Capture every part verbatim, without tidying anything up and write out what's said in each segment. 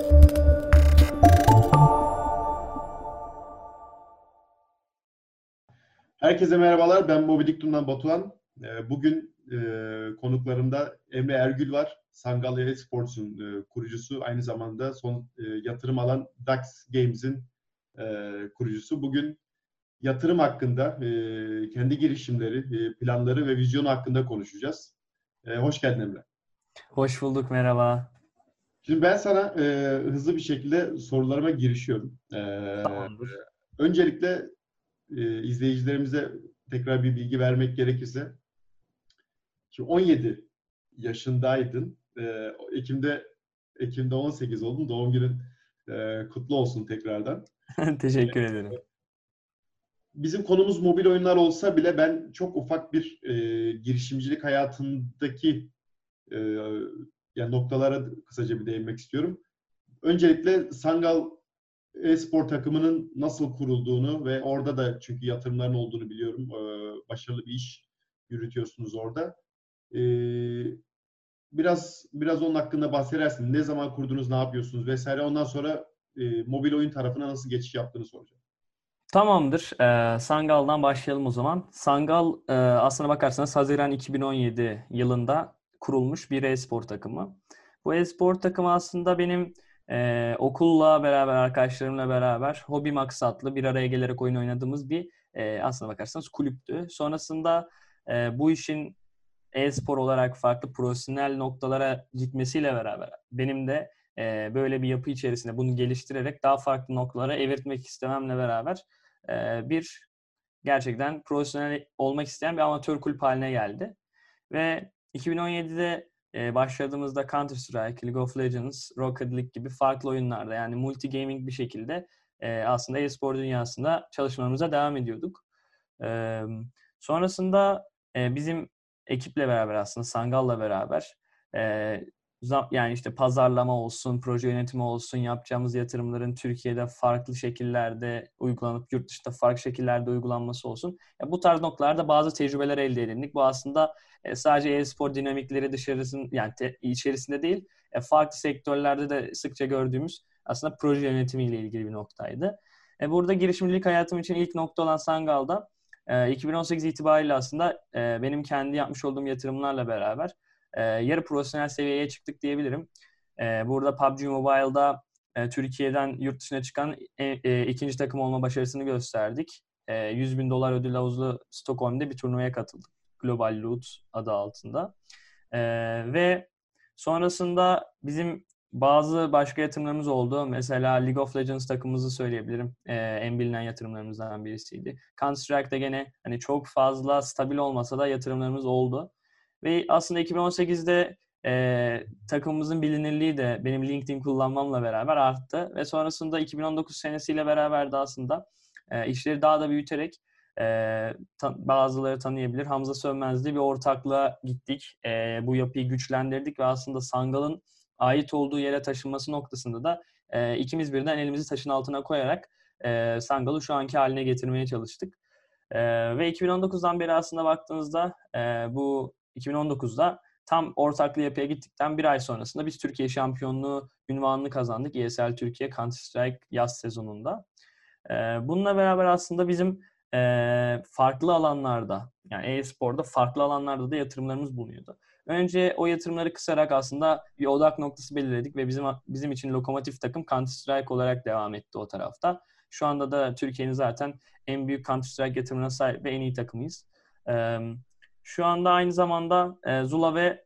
Herkese merhabalar. Ben Moby Diktum'dan Batuhan. Bugün e, konuklarımda Emre Ergül var. Sangal Esports'un e, kurucusu. Aynı zamanda son e, yatırım alan Dax Games'in e, kurucusu. Bugün yatırım hakkında, e, kendi girişimleri, e, planları ve vizyonu hakkında konuşacağız. E, hoş geldin Emre. Hoş bulduk, merhaba. Şimdi ben sana e, hızlı bir şekilde sorularıma girişiyorum. E, Tamamdır. öncelikle e, izleyicilerimize tekrar bir bilgi vermek gerekirse, şimdi on yedi yaşındaydın. E, Ekim'de Ekim'de on sekiz oldun. Doğum günün e, kutlu olsun tekrardan. Teşekkür ederim. Bizim konumuz mobil oyunlar olsa bile ben çok ufak bir e, girişimcilik hayatındaki e, yani noktalara kısaca bir değinmek istiyorum. Öncelikle Sangal e-spor takımının nasıl kurulduğunu ve orada da çünkü yatırımların olduğunu biliyorum. E, başarılı bir iş yürütüyorsunuz orada. E, biraz biraz onun hakkında bahsedersin. Ne zaman kurdunuz, ne yapıyorsunuz vesaire. Ondan sonra e, mobil oyun tarafına nasıl geçiş yaptığını soracağım. Tamamdır. Ee, Sangal'dan başlayalım o zaman. Sangal e, aslına bakarsanız Haziran iki bin on yedi yılında kurulmuş bir e-spor takımı. Bu e-spor takımı aslında benim e, okulla beraber, arkadaşlarımla beraber hobi maksatlı bir araya gelerek oyun oynadığımız bir e, aslına bakarsanız kulüptü. Sonrasında e, bu işin e-spor olarak farklı profesyonel noktalara gitmesiyle beraber benim de e, böyle bir yapı içerisinde bunu geliştirerek daha farklı noktalara evirtmek istememle beraber e, bir gerçekten profesyonel olmak isteyen bir amatör kulüp haline geldi. Ve iki bin on yedide e, başladığımızda Counter Strike, League of Legends, Rocket League gibi farklı oyunlarda yani multi gaming bir şekilde e, aslında e-spor dünyasında çalışmalarımıza devam ediyorduk. E, sonrasında e, bizim ekiple beraber aslında Sangal'la beraber e, yani işte pazarlama olsun, proje yönetimi olsun, yapacağımız yatırımların Türkiye'de farklı şekillerde uygulanıp yurt dışında farklı şekillerde uygulanması olsun. Ya bu tarz noktalarda bazı tecrübeler elde edindik. Bu aslında e, sadece e-spor dinamikleri dışarısında yani te, içerisinde değil, e, farklı sektörlerde de sıkça gördüğümüz aslında proje yönetimiyle ilgili bir noktaydı. E, burada girişimcilik hayatım için ilk nokta olan Sangal'da e, iki bin on sekiz itibariyle aslında e, benim kendi yapmış olduğum yatırımlarla beraber e, yarı profesyonel seviyeye çıktık diyebilirim. E, burada P U B G Mobile'da e, Türkiye'den yurt dışına çıkan e, e, ikinci takım olma başarısını gösterdik. E, yüz bin dolar ödül havuzlu Stockholm'de bir turnuvaya katıldık. Global Loot adı altında. E, ve sonrasında bizim bazı başka yatırımlarımız oldu. Mesela League of Legends takımımızı söyleyebilirim. Ee, en bilinen yatırımlarımızdan birisiydi. Counter Strike'da gene hani çok fazla stabil olmasa da yatırımlarımız oldu. Ve aslında iki bin on sekizde e, takımımızın bilinirliği de benim LinkedIn kullanmamla beraber arttı. Ve sonrasında iki bin on dokuz senesiyle beraber de aslında e, işleri daha da büyüterek e, ta, bazıları tanıyabilir. Hamza Sönmez'le bir ortaklığa gittik. E, bu yapıyı güçlendirdik ve aslında Sangal'ın ait olduğu yere taşınması noktasında da e, ikimiz birden elimizi taşın altına koyarak e, Sangal'ı şu anki haline getirmeye çalıştık. E, ve iki bin on dokuzdan beri aslında baktığınızda e, bu iki bin on dokuzda tam ortaklı yapıya gittikten bir ay sonrasında biz Türkiye şampiyonluğu unvanını kazandık. E S L Türkiye Counter Strike yaz sezonunda. E, bununla beraber aslında bizim e, farklı alanlarda yani e-sporda farklı alanlarda da yatırımlarımız bulunuyordu. Önce o yatırımları kısarak aslında bir odak noktası belirledik ve bizim bizim için lokomotif takım Counter Strike olarak devam etti o tarafta. Şu anda da Türkiye'nin zaten en büyük Counter Strike yatırımına sahip ve en iyi takımıyız. Ee, şu anda aynı zamanda e, Zula ve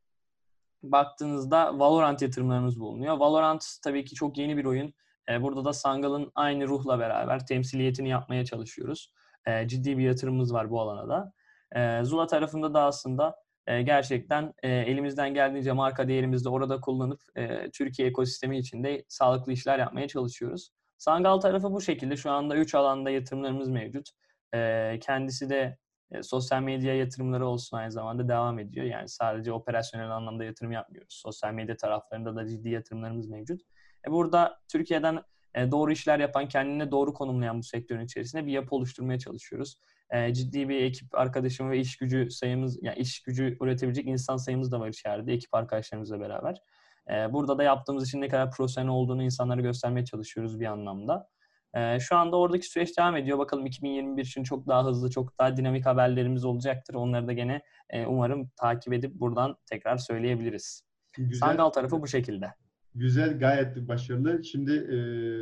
baktığınızda Valorant yatırımlarımız bulunuyor. Valorant tabii ki çok yeni bir oyun. Ee, burada da Sangal'ın aynı ruhla beraber temsiliyetini yapmaya çalışıyoruz. Ee, ciddi bir yatırımımız var bu alana da. Ee, Zula tarafında da aslında e, gerçekten e, elimizden geldiğince marka değerimizi de orada kullanıp e, Türkiye ekosistemi içinde sağlıklı işler yapmaya çalışıyoruz. Sangal tarafı bu şekilde. Şu anda üç alanda yatırımlarımız mevcut. E, kendisi de e, sosyal medya yatırımları olsun aynı zamanda devam ediyor. Yani sadece operasyonel anlamda yatırım yapmıyoruz. Sosyal medya taraflarında da ciddi yatırımlarımız mevcut. E, burada Türkiye'den e, doğru işler yapan, kendine doğru konumlayan bu sektörün içerisinde bir yapı oluşturmaya çalışıyoruz. E, ciddi bir ekip arkadaşım ve iş gücü sayımız, yani iş gücü üretebilecek insan sayımız da var içeride ekip arkadaşlarımızla beraber. E, burada da yaptığımız işin ne kadar profesyonel olduğunu insanlara göstermeye çalışıyoruz bir anlamda. E, şu anda oradaki süreç devam ediyor. Bakalım iki bin yirmi bir için çok daha hızlı, çok daha dinamik haberlerimiz olacaktır. Onları da gene e, umarım takip edip buradan tekrar söyleyebiliriz. Güzel. Sangal tarafı bu şekilde. Güzel, gayet başarılı. Şimdi e,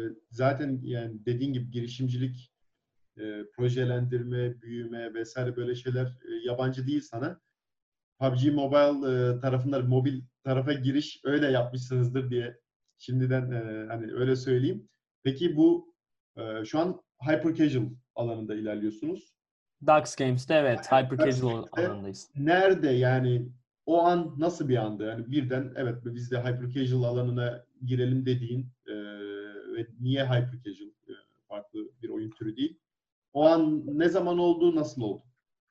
zaten yani dediğin gibi girişimcilik, e, projelendirme, büyüme vesaire böyle şeyler e, yabancı değil sana. P U B G Mobile e, tarafında mobil tarafa giriş öyle yapmışsınızdır diye şimdiden e, hani öyle söyleyeyim. Peki bu e, şu an hyper casual alanında ilerliyorsunuz. Dux Games'te evet, Aynen. hyper Dark casual Games'te alanındayız. nerede yani o an nasıl bir andı? Yani birden evet biz de hyper casual alanına girelim dediğin e, ve niye hyper casual e, farklı bir oyun türü değil? O an ne zaman oldu, nasıl oldu?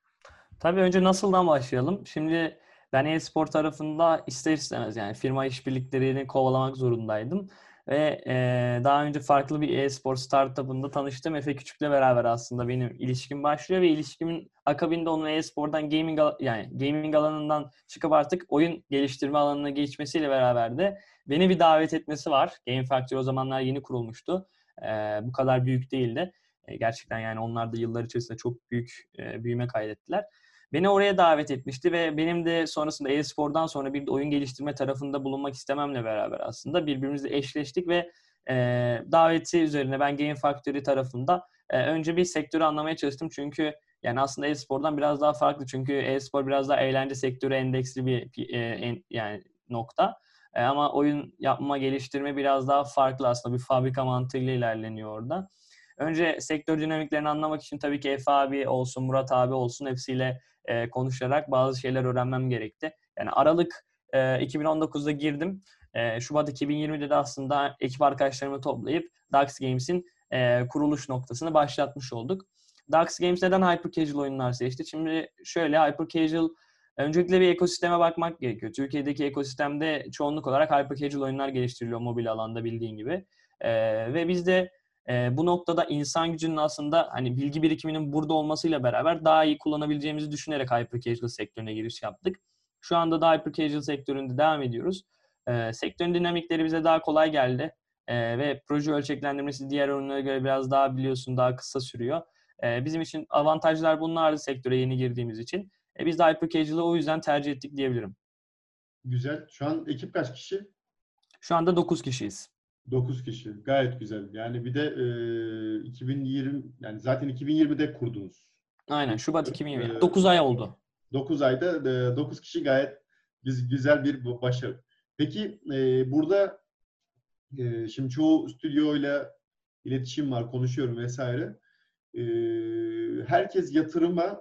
Tabii önce nasıldan başlayalım. Şimdi ben e-spor tarafında ister istemez yani firma işbirliklerini kovalamak zorundaydım. Ve e, daha önce farklı bir e-spor startup'ında tanıştığım Efe Küçük'le beraber aslında benim ilişkim başlıyor ve ilişkimin akabinde onun e-spordan gaming al- yani gaming alanından çıkıp artık oyun geliştirme alanına geçmesiyle beraber de beni bir davet etmesi var. Game Factory o zamanlar yeni kurulmuştu. E, bu kadar büyük değildi. E, gerçekten yani onlar da yıllar içerisinde çok büyük e, büyüme kaydettiler. Beni oraya davet etmişti ve benim de sonrasında e-spordan sonra bir oyun geliştirme tarafında bulunmak istememle beraber aslında birbirimizle eşleştik ve e, daveti üzerine ben Game Factory tarafında e, önce bir sektörü anlamaya çalıştım. Çünkü yani aslında e-spordan biraz daha farklı. Çünkü e-spor biraz daha eğlence sektörü endeksli bir e, en, yani nokta. E, ama oyun yapma, geliştirme biraz daha farklı aslında. Bir fabrika mantığıyla ilerleniyor orada. Önce sektör dinamiklerini anlamak için tabii ki Efe abi olsun, Murat abi olsun hepsiyle e, konuşarak bazı şeyler öğrenmem gerekti. Yani Aralık e, iki bin on dokuzda girdim. E, Şubat iki bin yirmide de aslında ekip arkadaşlarımı toplayıp Dux Games'in e, kuruluş noktasını başlatmış olduk. Dux Games neden hyper casual oyunlar seçti? Şimdi şöyle hyper casual öncelikle bir ekosisteme bakmak gerekiyor. Türkiye'deki ekosistemde çoğunluk olarak hyper casual oyunlar geliştiriliyor mobil alanda bildiğin gibi. E, ve biz de e, bu noktada insan gücünün aslında hani bilgi birikiminin burada olmasıyla beraber daha iyi kullanabileceğimizi düşünerek hyper casual sektörüne giriş yaptık. Şu anda da hyper casual sektöründe devam ediyoruz. E, sektörün dinamikleri bize daha kolay geldi. E, ve proje ölçeklendirmesi diğer oyunlara göre biraz daha biliyorsun daha kısa sürüyor. E, bizim için avantajlar bunlardı sektöre yeni girdiğimiz için. E, biz de hyper casual'ı o yüzden tercih ettik diyebilirim. Güzel. Şu an ekip kaç kişi? Şu anda dokuz kişiyiz. Dokuz kişi. Gayet güzel. Yani bir de e, iki bin yirmi yani zaten iki bin yirmide kurdunuz. Aynen Şubat iki bin yirmi. E, dokuz ay oldu. dokuz ayda e, dokuz kişi gayet güz- güzel bir bu- başarı. Peki e, burada e, şimdi çoğu stüdyoyla iletişim var, konuşuyorum vesaire. E, herkes yatırıma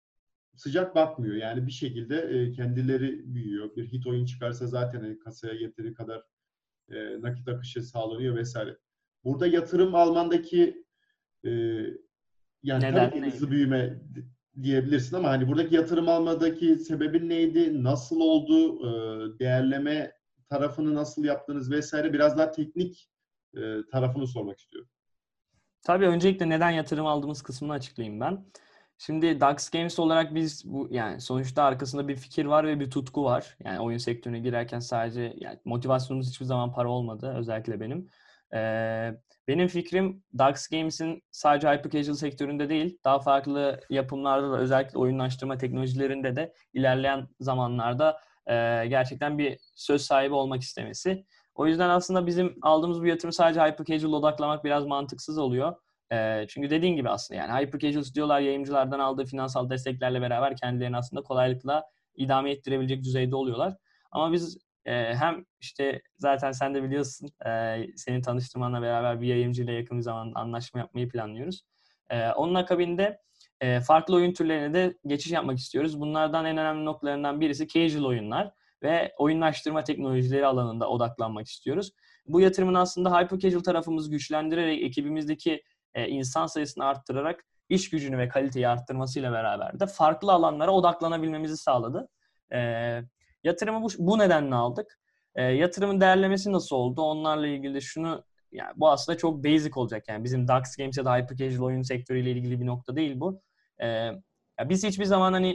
sıcak bakmıyor. Yani bir şekilde e, kendileri büyüyor. Bir hit oyun çıkarsa zaten hani kasaya yeteri kadar e, nakit akışı sağlanıyor vesaire. Burada yatırım almandaki e, yani tabii Neden? ki Neydi? hızlı büyüme diyebilirsin ama hani buradaki yatırım almadaki sebebin neydi? Nasıl oldu? E, değerleme tarafını nasıl yaptınız vesaire biraz daha teknik e, tarafını sormak istiyorum. Tabii öncelikle neden yatırım aldığımız kısmını açıklayayım ben. Şimdi Dux Games olarak biz bu yani sonuçta arkasında bir fikir var ve bir tutku var. Yani oyun sektörüne girerken sadece yani motivasyonumuz hiçbir zaman para olmadı özellikle benim. Ee, benim fikrim Dux Games'in sadece hyper casual sektöründe değil, daha farklı yapımlarda da özellikle oyunlaştırma teknolojilerinde de ilerleyen zamanlarda e, gerçekten bir söz sahibi olmak istemesi. O yüzden aslında bizim aldığımız bu yatırım sadece hyper casual odaklamak biraz mantıksız oluyor. E, çünkü dediğin gibi aslında yani hyper casual stüdyolar yayıncılardan aldığı finansal desteklerle beraber kendilerini aslında kolaylıkla idame ettirebilecek düzeyde oluyorlar. Ama biz e, hem işte zaten sen de biliyorsun e, senin tanıştırmanla beraber bir yayıncıyla yakın bir zamanda anlaşma yapmayı planlıyoruz. E, onun akabinde e, farklı oyun türlerine de geçiş yapmak istiyoruz. Bunlardan en önemli noktalarından birisi casual oyunlar ve oyunlaştırma teknolojileri alanında odaklanmak istiyoruz. Bu yatırımın aslında hyper casual tarafımızı güçlendirerek ekibimizdeki e, insan sayısını arttırarak iş gücünü ve kaliteyi arttırmasıyla beraber de farklı alanlara odaklanabilmemizi sağladı. E, yatırımı bu, bu nedenle aldık. E, yatırımın değerlemesi nasıl oldu? Onlarla ilgili de şunu yani bu aslında çok basic olacak. Yani bizim Dux Games ya da hyper casual oyun sektörüyle ilgili bir nokta değil bu. E, ya biz hiçbir zaman hani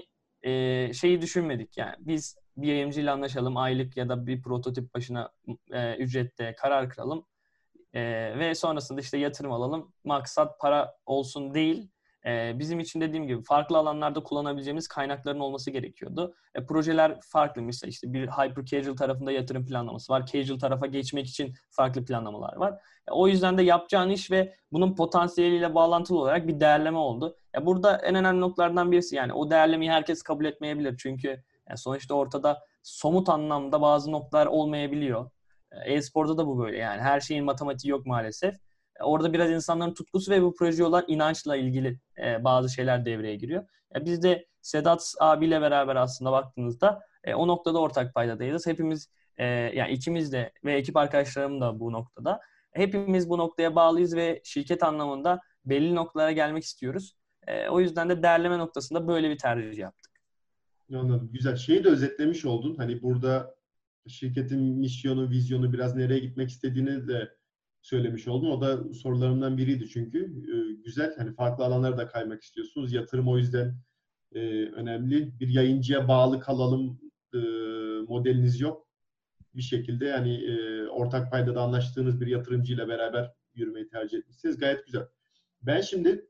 e, şeyi düşünmedik yani. Biz bir yayıncıyla anlaşalım, aylık ya da bir prototip başına e, ücrette karar kıralım. E, ve sonrasında işte yatırım alalım. Maksat para olsun değil. E, bizim için dediğim gibi farklı alanlarda kullanabileceğimiz kaynakların olması gerekiyordu. E, projeler farklı. Mesela işte bir hyper casual tarafında yatırım planlaması var. Casual tarafa geçmek için farklı planlamalar var. E, o yüzden de yapacağın iş ve bunun potansiyeliyle bağlantılı olarak bir değerleme oldu. E, burada en önemli noktalardan birisi yani o değerlemeyi herkes kabul etmeyebilir. Çünkü yani sonuçta ortada somut anlamda bazı noktalar olmayabiliyor. E-sporda da bu böyle yani. Her şeyin matematiği yok maalesef. Orada biraz insanların tutkusu ve bu projeye olan inançla ilgili e, bazı şeyler devreye giriyor. E, biz de Sedat abiyle beraber aslında baktığınızda e, o noktada ortak paydadayız. Hepimiz e, yani ikimiz de ve ekip arkadaşlarım da bu noktada. Hepimiz bu noktaya bağlıyız ve şirket anlamında belli noktalara gelmek istiyoruz. E, o yüzden de değerleme noktasında böyle bir tercih yaptık. Anladım. Güzel. Şeyi de özetlemiş oldun. Hani burada şirketin misyonu, vizyonu biraz nereye gitmek istediğini de söylemiş oldun. O da sorularımdan biriydi çünkü. Ee, güzel. Hani farklı alanlara da kaymak istiyorsunuz. Yatırım o yüzden e, önemli. Bir yayıncıya bağlı kalalım e, modeliniz yok. Bir şekilde yani e, ortak paydada anlaştığınız bir yatırımcıyla beraber yürümeyi tercih etmişsiniz. Gayet güzel. Ben şimdi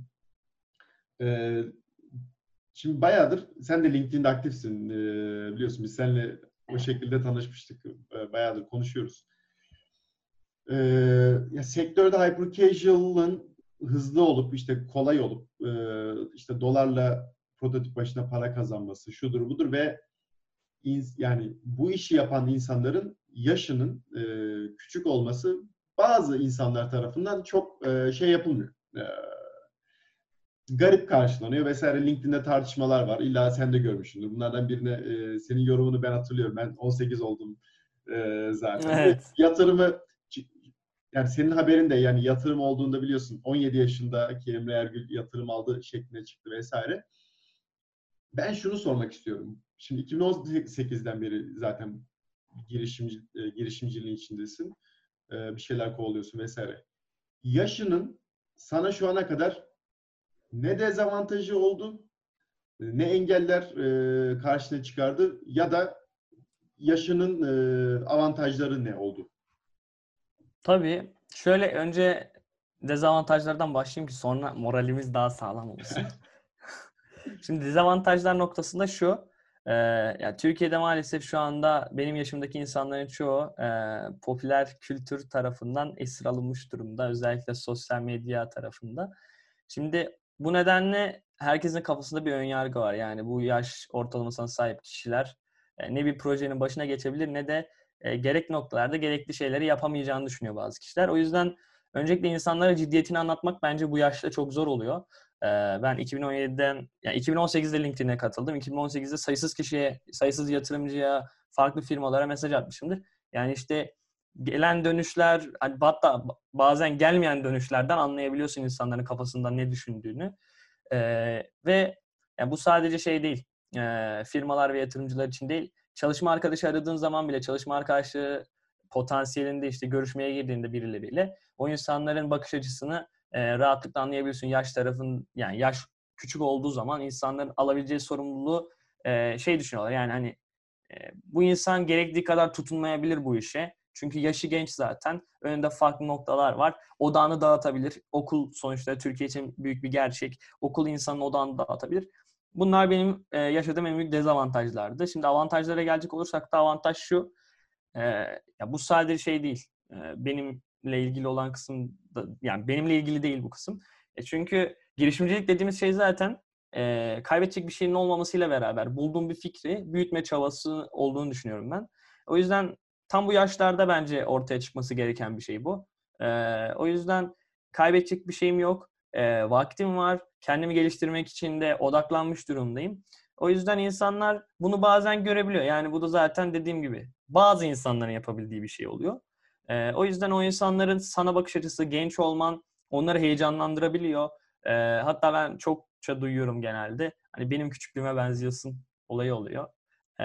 e, Şimdi bayağıdır sen de LinkedIn'de aktifsin, ee, biliyorsun biz seninle o şekilde tanışmıştık. Ee, bayağıdır konuşuyoruz. Ee, ya sektörde hyper casual'ın hızlı olup işte kolay olup e, işte dolarla prototip başına para kazanması şudur budur ve in- yani bu işi yapan insanların yaşının e, küçük olması bazı insanlar tarafından çok e, şey yapılmıyor. E, garip karşılanıyor vesaire. LinkedIn'de tartışmalar var. İlla sen de görmüşsündür. Bunlardan birine e, senin yorumunu ben hatırlıyorum. Ben on sekiz oldum e, zaten. Ve Evet. yatırımı yani senin haberin de yani yatırım olduğunda biliyorsun on yedi yaşındaki Emre Ergül yatırım aldı şeklinde çıktı vesaire. Ben şunu sormak istiyorum. Şimdi iki bin on sekizden beri zaten girişimci, e, girişimciliğin içindesin. E, bir şeyler kovalıyorsun vesaire. Yaşının sana şu ana kadar ne dezavantajı oldu, ne engeller e, karşına çıkardı ya da yaşının e, avantajları ne oldu? Tabii. Şöyle önce dezavantajlardan başlayayım ki sonra moralimiz daha sağlam olsun. Şimdi dezavantajlar noktasında şu. E, ya Türkiye'de maalesef şu anda benim yaşımdaki insanların çoğu e, popüler kültür tarafından esir alınmış durumda. Özellikle sosyal medya tarafında. Şimdi bu nedenle herkesin kafasında bir önyargı var. Yani bu yaş ortalamasına sahip kişiler e, ne bir projenin başına geçebilir ne de e, gerekli noktalarda gerekli şeyleri yapamayacağını düşünüyor bazı kişiler. O yüzden öncelikle insanlara ciddiyetini anlatmak bence bu yaşta çok zor oluyor. Ben iki bin on yediden, yani iki bin on sekizde LinkedIn'e katıldım. iki bin on sekizde sayısız kişiye, sayısız yatırımcıya, farklı firmalara mesaj atmışımdır. Yani işte gelen dönüşler, hatta bazen gelmeyen dönüşlerden anlayabiliyorsun insanların kafasında ne düşündüğünü. Ee, ve yani bu sadece şey değil, e, firmalar ve yatırımcılar için değil. Çalışma arkadaşı aradığın zaman bile çalışma arkadaşlığı potansiyelinde işte görüşmeye girdiğinde birileriyle o insanların bakış açısını e, rahatlıkla anlayabiliyorsun. Yaş tarafın yani yaş küçük olduğu zaman insanların alabileceği sorumluluğu e, şey düşünüyorlar. Yani hani e, bu insan gerektiği kadar tutunmayabilir bu işe. Çünkü yaşı genç zaten. Önünde farklı noktalar var. Odağını dağıtabilir. Okul sonuçta Türkiye için büyük bir gerçek. Okul insanın odağını dağıtabilir. Bunlar benim e, yaşadığım en büyük dezavantajlardı. Şimdi avantajlara gelecek olursak da avantaj şu. E, ya bu sadece şey değil. E, benimle ilgili olan kısım da, yani benimle ilgili değil bu kısım. E, çünkü girişimcilik dediğimiz şey zaten e, kaybedecek bir şeyin olmamasıyla beraber bulduğum bir fikri büyütme çabası olduğunu düşünüyorum ben. O yüzden tam bu yaşlarda bence ortaya çıkması gereken bir şey bu. E, o yüzden kaybedecek bir şeyim yok. E, vaktim var. Kendimi geliştirmek için de odaklanmış durumdayım. O yüzden insanlar bunu bazen görebiliyor. Yani bu da zaten dediğim gibi bazı insanların yapabildiği bir şey oluyor. E, o yüzden o insanların sana bakış açısı, genç olman onları heyecanlandırabiliyor. E, hatta ben çokça duyuyorum genelde. Hani benim küçüklüğüme benziyorsun olayı oluyor. E,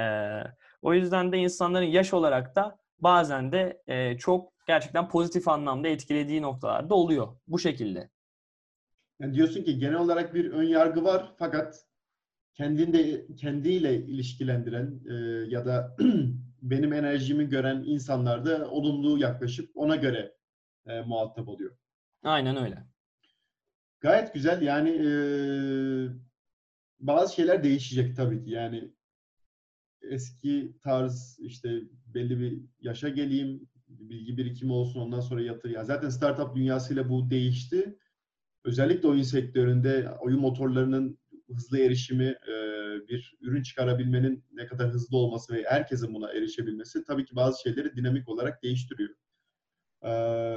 o yüzden de insanların yaş olarak da bazen de e, çok gerçekten pozitif anlamda etkilediği noktalarda oluyor. Bu şekilde. Yani diyorsun ki genel olarak bir ön yargı var fakat kendinde kendiyle ilişkilendiren e, ya da benim enerjimi gören insanlar da olumlu yaklaşıp ona göre e, muhatap oluyor. Aynen öyle. Gayet güzel. Yani e, bazı şeyler değişecek tabii ki. Yani eski tarz işte belli bir yaşa geleyim, bilgi birikimi olsun ondan sonra yatır. Ya zaten startup dünyasıyla bu değişti. Özellikle oyun sektöründe oyun motorlarının hızlı erişimi, e, bir ürün çıkarabilmenin ne kadar hızlı olması ve herkesin buna erişebilmesi tabii ki bazı şeyleri dinamik olarak değiştiriyor. E,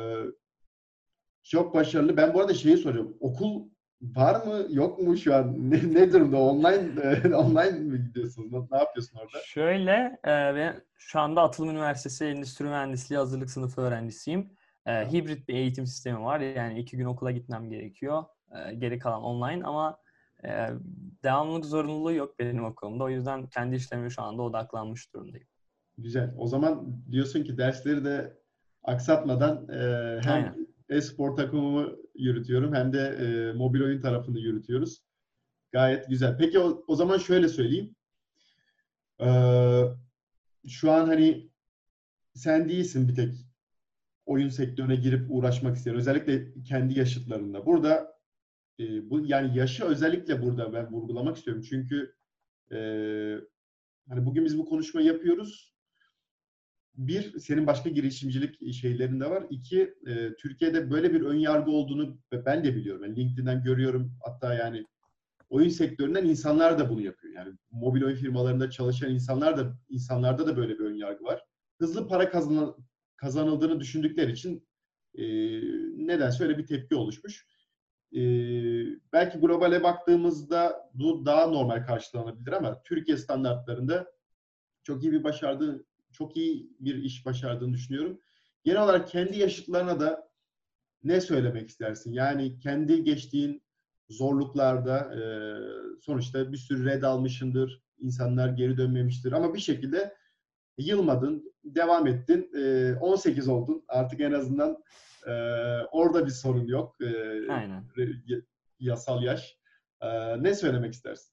Çok başarılı. Ben bu arada şeyi soruyorum. Okul var mı yok mu şu an? Ne, ne durumda? Online e, online mi gidiyorsun? Ne, ne yapıyorsun orada? Şöyle, e, ben şu anda Atılım Üniversitesi Endüstri Mühendisliği Hazırlık Sınıfı öğrencisiyim. E, hibrit bir eğitim sistemi var. Yani iki gün okula gitmem gerekiyor. E, geri kalan online ama e, devamlılık zorunluluğu yok benim okulumda. O yüzden kendi işlerime şu anda odaklanmış durumdayım. Güzel. O zaman diyorsun ki dersleri de aksatmadan e, hem Aynen. e-spor takımımı yürütüyorum hem de e, mobil oyun tarafını yürütüyoruz. Gayet güzel. Peki o, o zaman şöyle söyleyeyim. Ee, Şu an hani sen değilsin bir tek oyun sektörüne girip uğraşmak isteyen. Özellikle kendi yaşıtlarında. Burada e, bu yani yaşı özellikle burada ben vurgulamak istiyorum. Çünkü e, hani bugün biz bu konuşmayı yapıyoruz. Bir, senin başka girişimcilik şeylerin de var. İki, e, Türkiye'de böyle bir ön yargı olduğunu ben de biliyorum. Yani LinkedIn'den görüyorum. Hatta yani oyun sektöründen insanlar da bunu yapıyor. Yani mobil oyun firmalarında çalışan insanlar da insanlarda da böyle bir ön yargı var. Hızlı para kazan, kazanıldığını düşündükleri için e, nedense öyle bir tepki oluşmuş. E, Belki globale baktığımızda bu daha normal karşılanabilir ama Türkiye standartlarında çok iyi bir başardığı, çok iyi bir iş başardığını düşünüyorum. Genel olarak kendi yaşıtlarına da ne söylemek istersin? Yani kendi geçtiğin zorluklarda e, sonuçta bir sürü red almışındır, insanlar geri dönmemiştir ama bir şekilde yılmadın, devam ettin, e, on sekiz oldun. Artık en azından e, orada bir sorun yok. E, Aynen. Yasal yaş. E, ne söylemek istersin?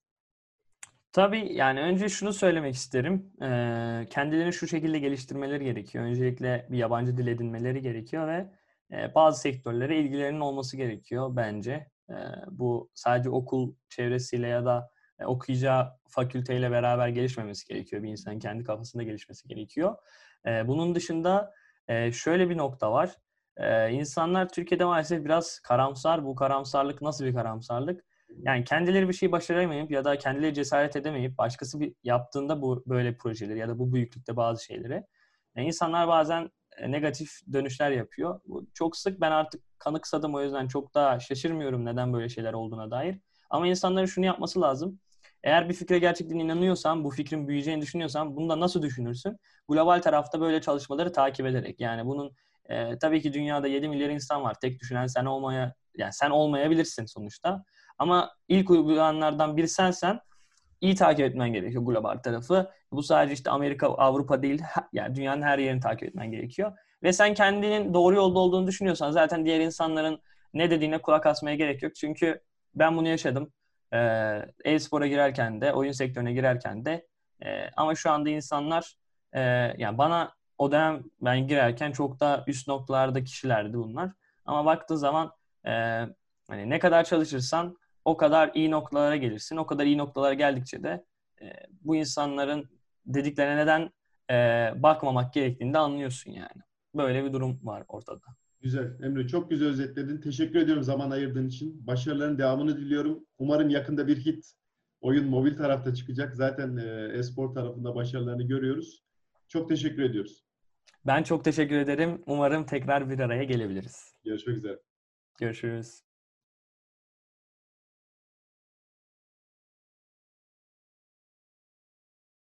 Tabii yani önce şunu söylemek isterim. Ee, kendilerini şu şekilde geliştirmeleri gerekiyor. Öncelikle bir yabancı dil edinmeleri gerekiyor ve e, bazı sektörlere ilgilerinin olması gerekiyor bence. Ee, bu sadece okul çevresiyle ya da e, okuyacağı fakülteyle beraber gelişmemesi gerekiyor. Bir insanın kendi kafasında gelişmesi gerekiyor. Ee, bunun dışında e, şöyle bir nokta var. Ee, insanlar Türkiye'de maalesef biraz karamsar. Bu karamsarlık nasıl bir karamsarlık? Yani kendileri bir şey başaramayıp ya da kendileri cesaret edemeyip başkası bir yaptığında bu böyle projeleri ya da bu büyüklükte bazı şeyleri yani insanlar bazen e, negatif dönüşler yapıyor. Bu çok sık, ben artık kanıksadım, o yüzden çok daha şaşırmıyorum neden böyle şeyler olduğuna dair. Ama insanların şunu yapması lazım. Eğer bir fikre gerçekten inanıyorsan, bu fikrin büyüyeceğini düşünüyorsan bunu da nasıl düşünürsün? Global tarafta böyle çalışmaları takip ederek. Yani bunun e, tabii ki dünyada yedi milyar insan var. Tek düşünen sen olmaya yani sen olmayabilirsin sonuçta. Ama ilk uygulayanlardan biri sensen iyi takip etmen gerekiyor global tarafı. Bu sadece işte Amerika, Avrupa değil, yani dünyanın her yerini takip etmen gerekiyor. Ve sen kendinin doğru yolda olduğunu düşünüyorsan zaten diğer insanların ne dediğine kulak asmaya gerek yok. Çünkü ben bunu yaşadım. Ee, e-spora girerken de, oyun sektörüne girerken de. Ee, ama şu anda insanlar e, yani bana o dönem ben girerken çok daha üst noktalarda kişilerdi bunlar. Ama baktığı zaman e, hani ne kadar çalışırsan o kadar iyi noktalara gelirsin. O kadar iyi noktalara geldikçe de e, bu insanların dediklerine neden e, bakmamak gerektiğini de anlıyorsun yani. Böyle bir durum var ortada. Güzel. Emre çok güzel özetledin. Teşekkür ediyorum zaman ayırdığın için. Başarıların devamını diliyorum. Umarım yakında bir hit oyun mobil tarafta çıkacak. Zaten e, e-spor tarafında başarılarını görüyoruz. Çok teşekkür ediyoruz. Ben çok teşekkür ederim. Umarım tekrar bir araya gelebiliriz. Görüşmek üzere. Görüşürüz.